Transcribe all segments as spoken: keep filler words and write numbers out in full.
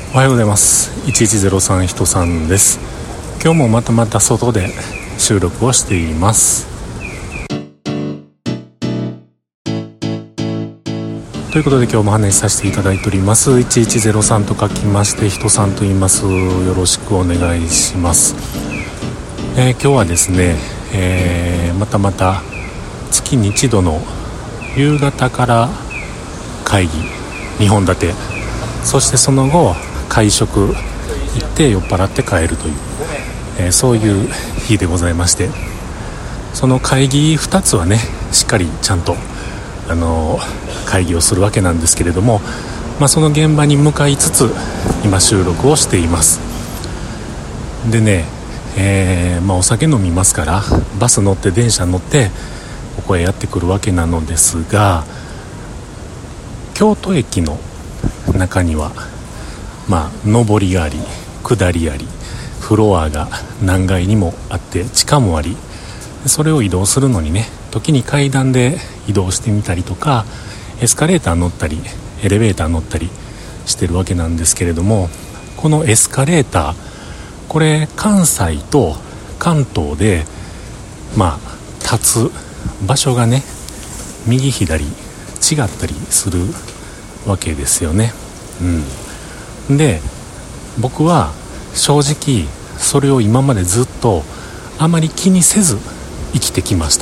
おはようございます。いちいちゼロさん人さんです。今日もまたまた外で収録をしています。ということで今日も話させていただいております。いちいちゼロさんと書きまして人さんと言います。よろしくお願いします。えー、今日はですね、えー、またまた月に一度の夕方から会議にほん立て、そしてその後会食行って酔っ払って帰るという、えー、そういう日でございまして、その会議ふたつはねしっかりちゃんと、あのー、会議をするわけなんですけれども、まあ、その現場に向かいつつ今収録をしています。でね、えーまあ、お酒飲みますからバス乗って電車乗ってここへやってくるわけなのですが、京都駅の中にはまあ上りがあり下りありフロアが何階にもあって地下もあり、それを移動するのにね時に階段で移動してみたりとかエスカレーター乗ったりエレベーター乗ったりしてるわけなんですけれども、このエスカレーター、これ関西と関東でまあ立つ場所がね右左違ったりするわけですよね。うん、で僕は正直それを今までずっとあまり気にせず生きてきました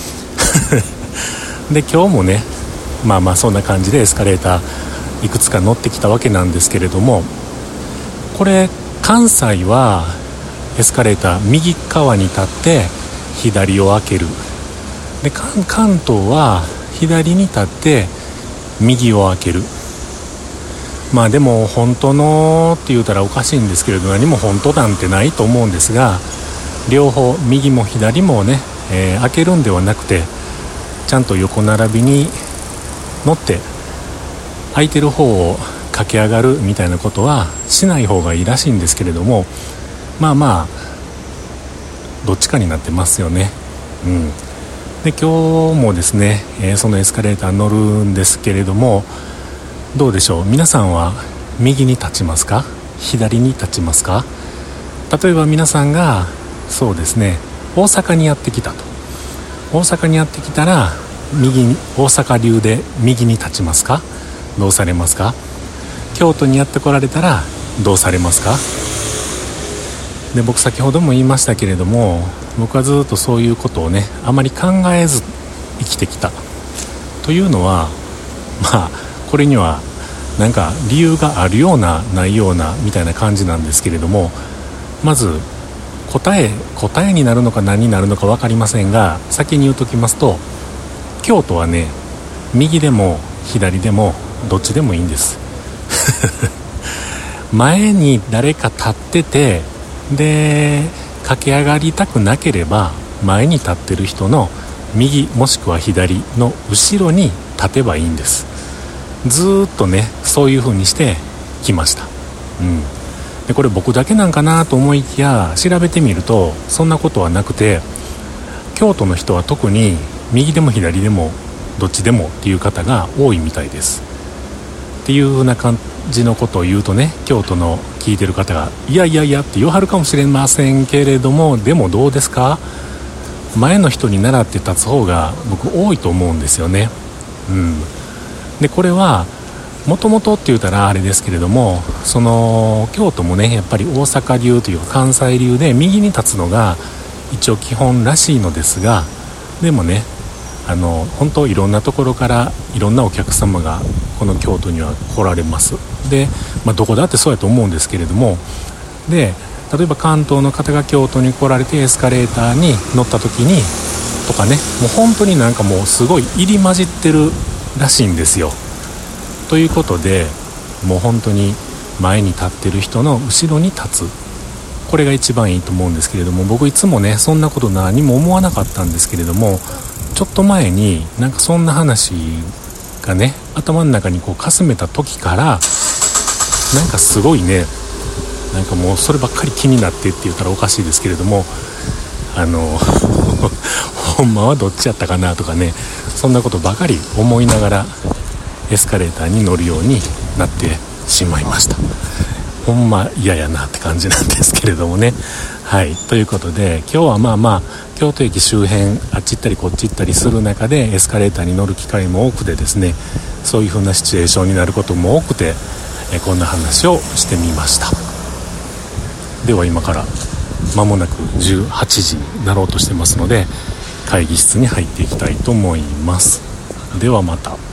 で今日もねまあまあそんな感じでエスカレーターいくつか乗ってきたわけなんですけれども、これ関西はエスカレーター右側に立って左を開ける、で関東は左に立って右を開ける。まあでも本当のって言うたらおかしいんですけれど、何も本当なんてないと思うんですが、両方右も左もね、えー、開けるんではなくてちゃんと横並びに乗って空いてる方を駆け上がるみたいなことはしない方がいいらしいんですけれども、まあまあどっちかになってますよね。うん。で今日もですね、えー、そのエスカレーター乗るんですけれども、どうでしょう、皆さんは右に立ちますか左に立ちますか。例えば皆さんがそうですね大阪にやってきたと、大阪にやってきたら右に大阪流で右に立ちますか、どうされますか。京都にやってこられたらどうされますか。で僕先ほども言いましたけれども、僕はずっとそういうことをねあまり考えず生きてきたというのは、まあこれにはなんか理由があるようなないようなみたいな感じなんですけれども、まず答え答えになるのか何になるのか分かりませんが、先に言うときますと、京都はね右でも左でもどっちでもいいんです前に誰か立ってて、で駆け上がりたくなければ前に立ってる人の右もしくは左の後ろに立てばいいんです。ずーっとねそういう風にしてきました。うん、でこれ僕だけなんかなと思いきや調べてみるとそんなことはなくて、京都の人は特に右でも左でもどっちでもっていう方が多いみたいですっていう風な感じのことを言うとね、京都の聞いてる方がいやいやいやって言わはるかもしれませんけれども、でもどうですか、前の人に習って立つ方が僕多いと思うんですよね。うんでこれはもともとって言うたらあれですけれども、その京都もねやっぱり大阪流というか関西流で右に立つのが一応基本らしいのですが、でもねあの本当いろんなところからいろんなお客様がこの京都には来られます。で、まあ、どこだってそうやと思うんですけれども、で例えば関東の方が京都に来られてエスカレーターに乗った時にとかね、もう本当になんかもうすごい入り混じってるらしいんですよ。ということでもう本当に前に立ってる人の後ろに立つ、これが一番いいと思うんですけれども、僕いつもねそんなこと何も思わなかったんですけれども、ちょっと前になんかそんな話がね頭の中にこうかすめた時からなんかすごいね、なんかもうそればっかり気になってって言ったらおかしいですけれども、あのほんまはどっちやったかなとかね、そんなことばかり思いながらエスカレーターに乗るようになってしまいました。 ほんま嫌やなって感じなんですけれどもね。はい、ということで今日はまあまあ京都駅周辺あっち行ったりこっち行ったりする中でエスカレーターに乗る機会も多くてですね、そういう風なシチュエーションになることも多くて、えこんな話をしてみました。では今から間もなくじゅうはちじになろうとしてますので、会議室に入っていきたいと思います。ではまた。